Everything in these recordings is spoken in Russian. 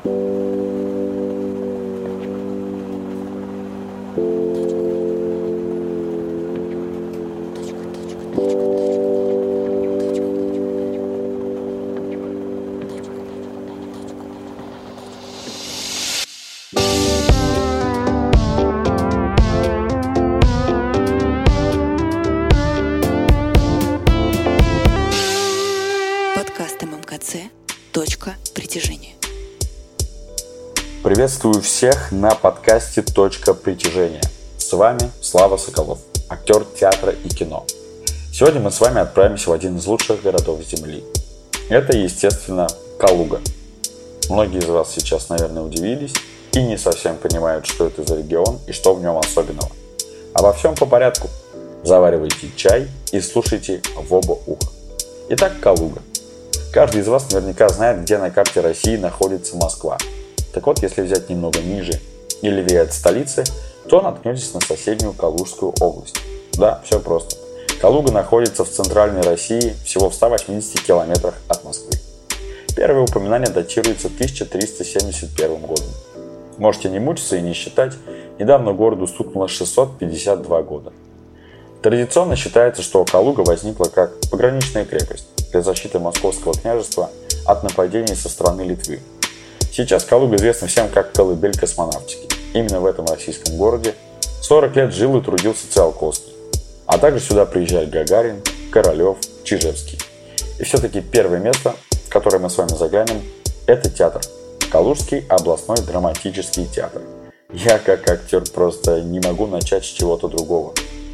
Точка притяжения. Приветствую всех на подкасте «Точка притяжения». С вами Слава Соколов, актер театра и кино. Сегодня мы с вами отправимся в один из лучших городов Земли. Это, естественно, Калуга. Многие из вас сейчас, наверное, удивились и не совсем понимают, что это за регион и что в нем особенного. Обо всем по порядку. Заваривайте чай и слушайте в оба уха. Итак, Калуга. Каждый из вас наверняка знает, где на карте России находится Москва. Так вот, если взять немного ниже и левее от столицы, то наткнетесь на соседнюю Калужскую область. Да, все просто. Калуга находится в центральной России, всего в 180 километрах от Москвы. Первое упоминание датируется 1371 годом. Можете не мучиться и не считать, недавно городу стукнуло 652 года. Традиционно считается, что Калуга возникла как пограничная крепость для защиты Московского княжества от нападений со стороны Литвы. Сейчас Калуга известна всем как колыбель космонавтики. Именно в этом российском городе 40 лет жил и трудился Циолковский. А также сюда приезжали Гагарин, Королев, Чижевский. И все-таки первое место, в которое мы с вами заглянем, это театр. Калужский областной драматический театр. Я как актер просто не могу начать с чего-то другого.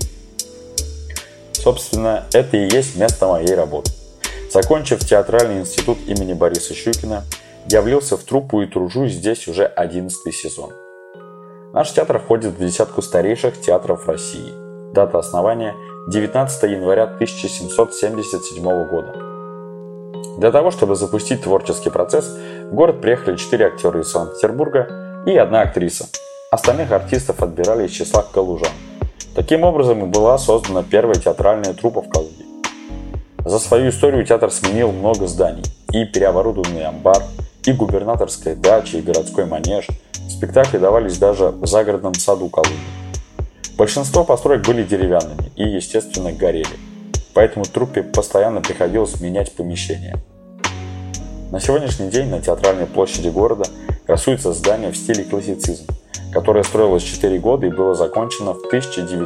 Собственно, это и есть место моей работы. Закончив театральный институт имени Бориса Щукина, я влился в труппу и тружусь здесь уже 11-й сезон. Наш театр входит в десятку старейших театров России. Дата основания – 19 января 1777 года. Для того, чтобы запустить творческий процесс, в город приехали 4 актера из Санкт-Петербурга и 1 актриса. Остальных артистов отбирали из числа калужан. Таким образом и была создана первая театральная труппа в Калуге. За свою историю театр сменил много зданий, и переоборудованный амбар, и губернаторская дача, и городской манеж. Спектакли давались даже в загородном саду Калуги. Большинство построек были деревянными и, естественно, горели, поэтому труппе постоянно приходилось менять помещения. На сегодняшний день на театральной площади города красуется здание в стиле классицизм, которое строилось 4 года и было закончено в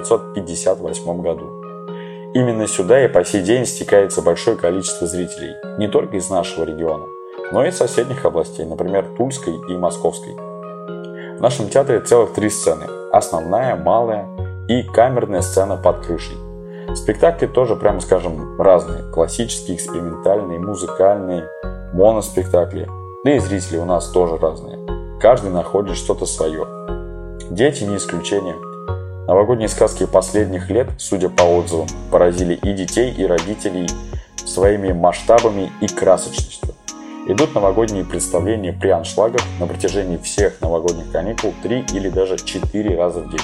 1958 году. Именно сюда и по сей день стекается большое количество зрителей, не только из нашего региона, но и из соседних областей, например, Тульской и Московской. В нашем театре целых 3 сцены – основная, малая и камерная сцена под крышей. Спектакли тоже, прямо скажем, разные – классические, экспериментальные, музыкальные, моноспектакли, да и зрители у нас тоже разные. Каждый находит что-то свое. Дети не исключение. Новогодние сказки последних лет, судя по отзывам, поразили и детей, и родителей своими масштабами и красочностью. Идут новогодние представления при аншлагах на протяжении всех новогодних каникул 3 или даже 4 раза в день.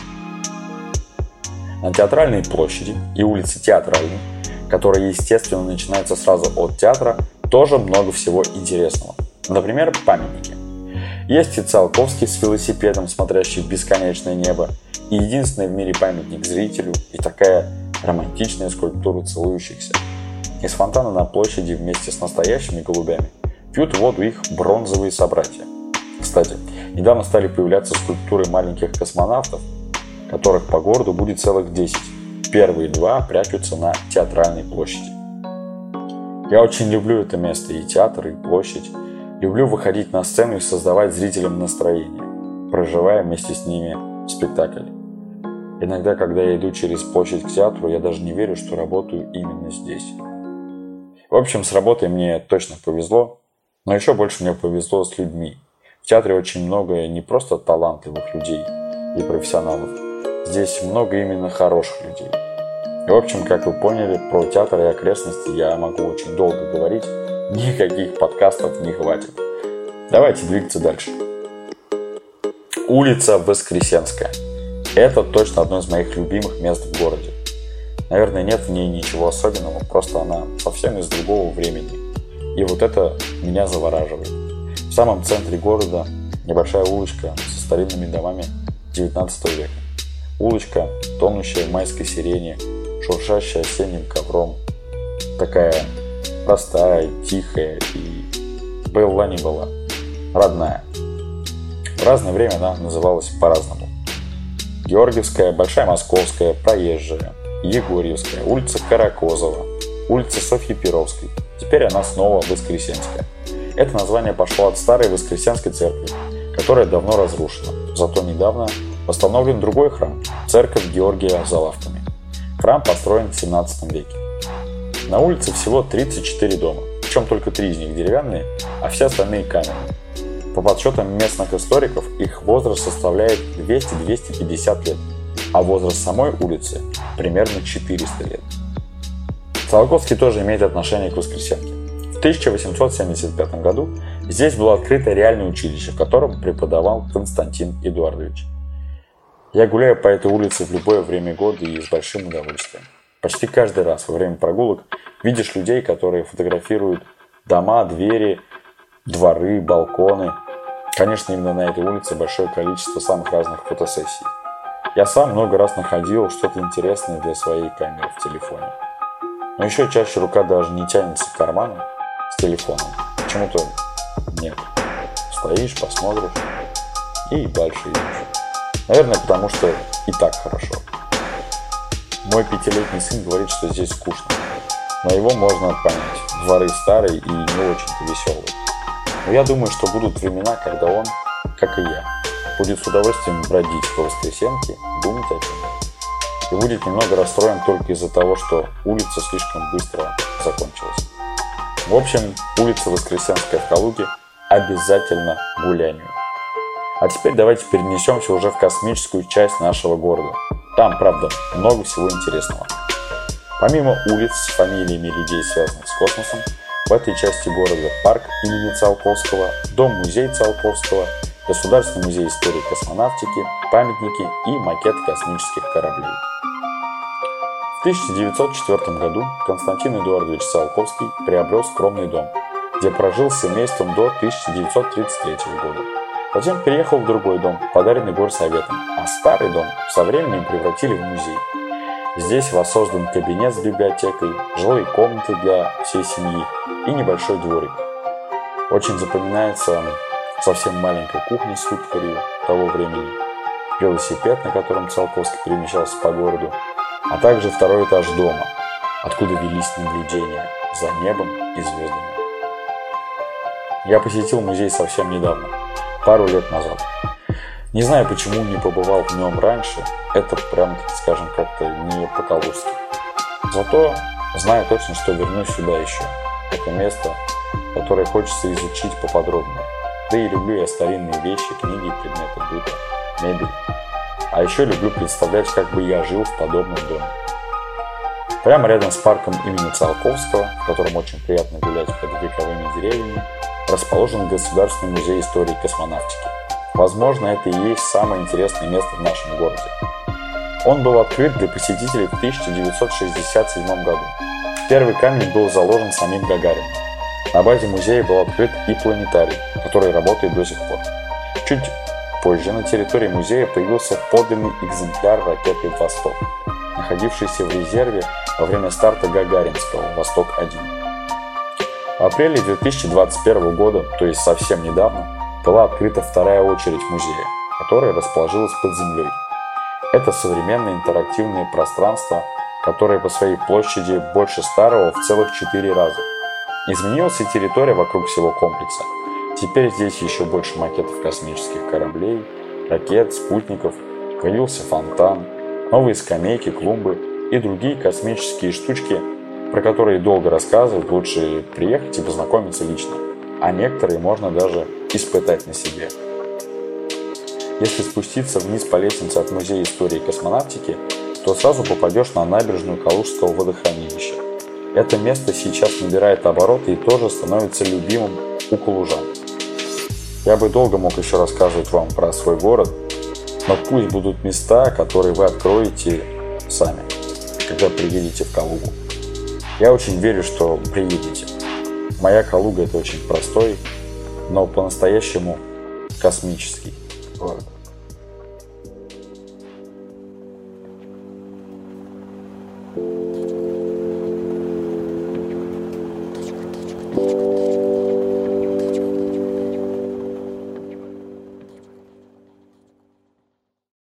На Театральной площади и улице Театральной, которая, естественно, начинается сразу от театра, тоже много всего интересного. Например, памятники. Есть и Циолковский с велосипедом, смотрящий в бесконечное небо, и единственный в мире памятник зрителю, и такая романтичная скульптура целующихся. Из фонтана на площади вместе с настоящими голубями пьют воду их бронзовые собратья. Кстати, недавно стали появляться скульптуры маленьких космонавтов, которых по городу будет целых 10. Первые 2 прячутся на Театральной площади. Я очень люблю это место, и театр, и площадь. Люблю выходить на сцену и создавать зрителям настроение, проживая вместе с ними спектакль. Иногда, когда я иду через площадь к театру, я даже не верю, что работаю именно здесь. В общем, с работой мне точно повезло, но еще больше мне повезло с людьми. В театре очень много не просто талантливых людей и профессионалов, здесь много именно хороших людей. И, в общем, как вы поняли, про театр и окрестности я могу очень долго говорить, никаких подкастов не хватит. Давайте двигаться дальше. Улица Воскресенская. Это точно одно из моих любимых мест в городе. Наверное, нет в ней ничего особенного, просто она совсем из другого времени. И вот это меня завораживает. В самом центре города небольшая улочка со старинными домами 19 века. Улочка, тонущая в майской сирени, шуршащая осенним ковром. Такая простая, тихая и была не была, родная. В разное время она называлась по-разному. Георгиевская, Большая Московская, Проезжая, Егорьевская, улица Каракозова, улица Софьи Перовской. Теперь она снова Воскресенская. Это название пошло от старой Воскресенской церкви, которая давно разрушена. Зато недавно восстановлен другой храм – церковь Георгия за лавками. Храм построен в 17 веке. На улице всего 34 дома, причем только 3 из них деревянные, а все остальные каменные. По подсчетам местных историков, их возраст составляет 200-250 лет, а возраст самой улицы примерно 400 лет. Циолковский тоже имеет отношение к Воскресенке. В 1875 году здесь было открыто реальное училище, в котором преподавал Константин Эдуардович. Я гуляю по этой улице в любое время года и с большим удовольствием. Почти каждый раз во время прогулок видишь людей, которые фотографируют дома, двери, дворы, балконы. Конечно, именно на этой улице большое количество самых разных фотосессий. Я сам много раз находил что-то интересное для своей камеры в телефоне. Но еще чаще рука даже не тянется к карману с телефоном. Почему-то нет. Стоишь, посмотришь и дальше идешь. Наверное, потому что и так хорошо. Мой 5-летний сын говорит, что здесь скучно. Но его можно понять. Дворы старые и не очень-то веселые. Но я думаю, что будут времена, когда он, как и я, будет с удовольствием бродить по Воскресенке, думать о чем-то. И будет немного расстроен только из-за того, что улица слишком быстро закончилась. В общем, улица Воскресенская в Калуге обязательно гулянию. А теперь давайте перенесемся уже в космическую часть нашего города. Там, правда, много всего интересного. Помимо улиц с фамилиями людей, связанных с космосом, в этой части города парк имени Циолковского, дом-музей Циолковского, Государственный музей истории космонавтики, памятники и макеты космических кораблей. В 1904 году Константин Эдуардович Циолковский приобрел скромный дом, где прожил с семейством до 1933 года. Затем переехал в другой дом, подаренный горсоветом, а старый дом со временем превратили в музей. Здесь воссоздан кабинет с библиотекой, жилые комнаты для всей семьи и небольшой дворик. Очень запоминается совсем маленькая кухня с утварью того времени, велосипед, на котором Циолковский перемещался по городу, а также второй этаж дома, откуда велись наблюдения за небом и звездами. Я посетил музей совсем недавно, пару лет назад. Не знаю, почему не побывал в нем раньше, это прям, скажем, как-то не по-калужски. Зато знаю точно, что вернусь сюда еще. Это место, которое хочется изучить поподробнее. Да и люблю я старинные вещи, книги, предметы быта, мебель. А еще люблю представлять, как бы я жил в подобном доме. Прямо рядом с парком имени Циолковского, в котором очень приятно гулять под вековыми деревьями, расположен Государственный музей истории космонавтики. Возможно, это и есть самое интересное место в нашем городе. Он был открыт для посетителей в 1967 году. Первый камень был заложен самим Гагарином. На базе музея был открыт и планетарий, который работает до сих пор. Чуть позже на территории музея появился подлинный экземпляр ракеты «Восток», находившийся в резерве во время старта Гагаринского «Восток-1». В апреле 2021 года, то есть совсем недавно, была открыта вторая очередь музея, которая расположилась под землей. Это современное интерактивное пространство, которое по своей площади больше старого в целых 4 раза. Изменилась и территория вокруг всего комплекса. Теперь здесь еще больше макетов космических кораблей, ракет, спутников, появился фонтан, новые скамейки, клумбы и другие космические штучки, про которые долго рассказывать, лучше приехать и познакомиться лично, а некоторые можно даже испытать на себе. Если спуститься вниз по лестнице от Музея истории космонавтики, то сразу попадешь на набережную Калужского водохранилища. Это место сейчас набирает обороты и тоже становится любимым у калужан. Я бы долго мог еще рассказывать вам про свой город, но пусть будут места, которые вы откроете сами, когда приедете в Калугу. Я очень верю, что приедете. Моя Калуга — это очень простой, но по-настоящему космический город.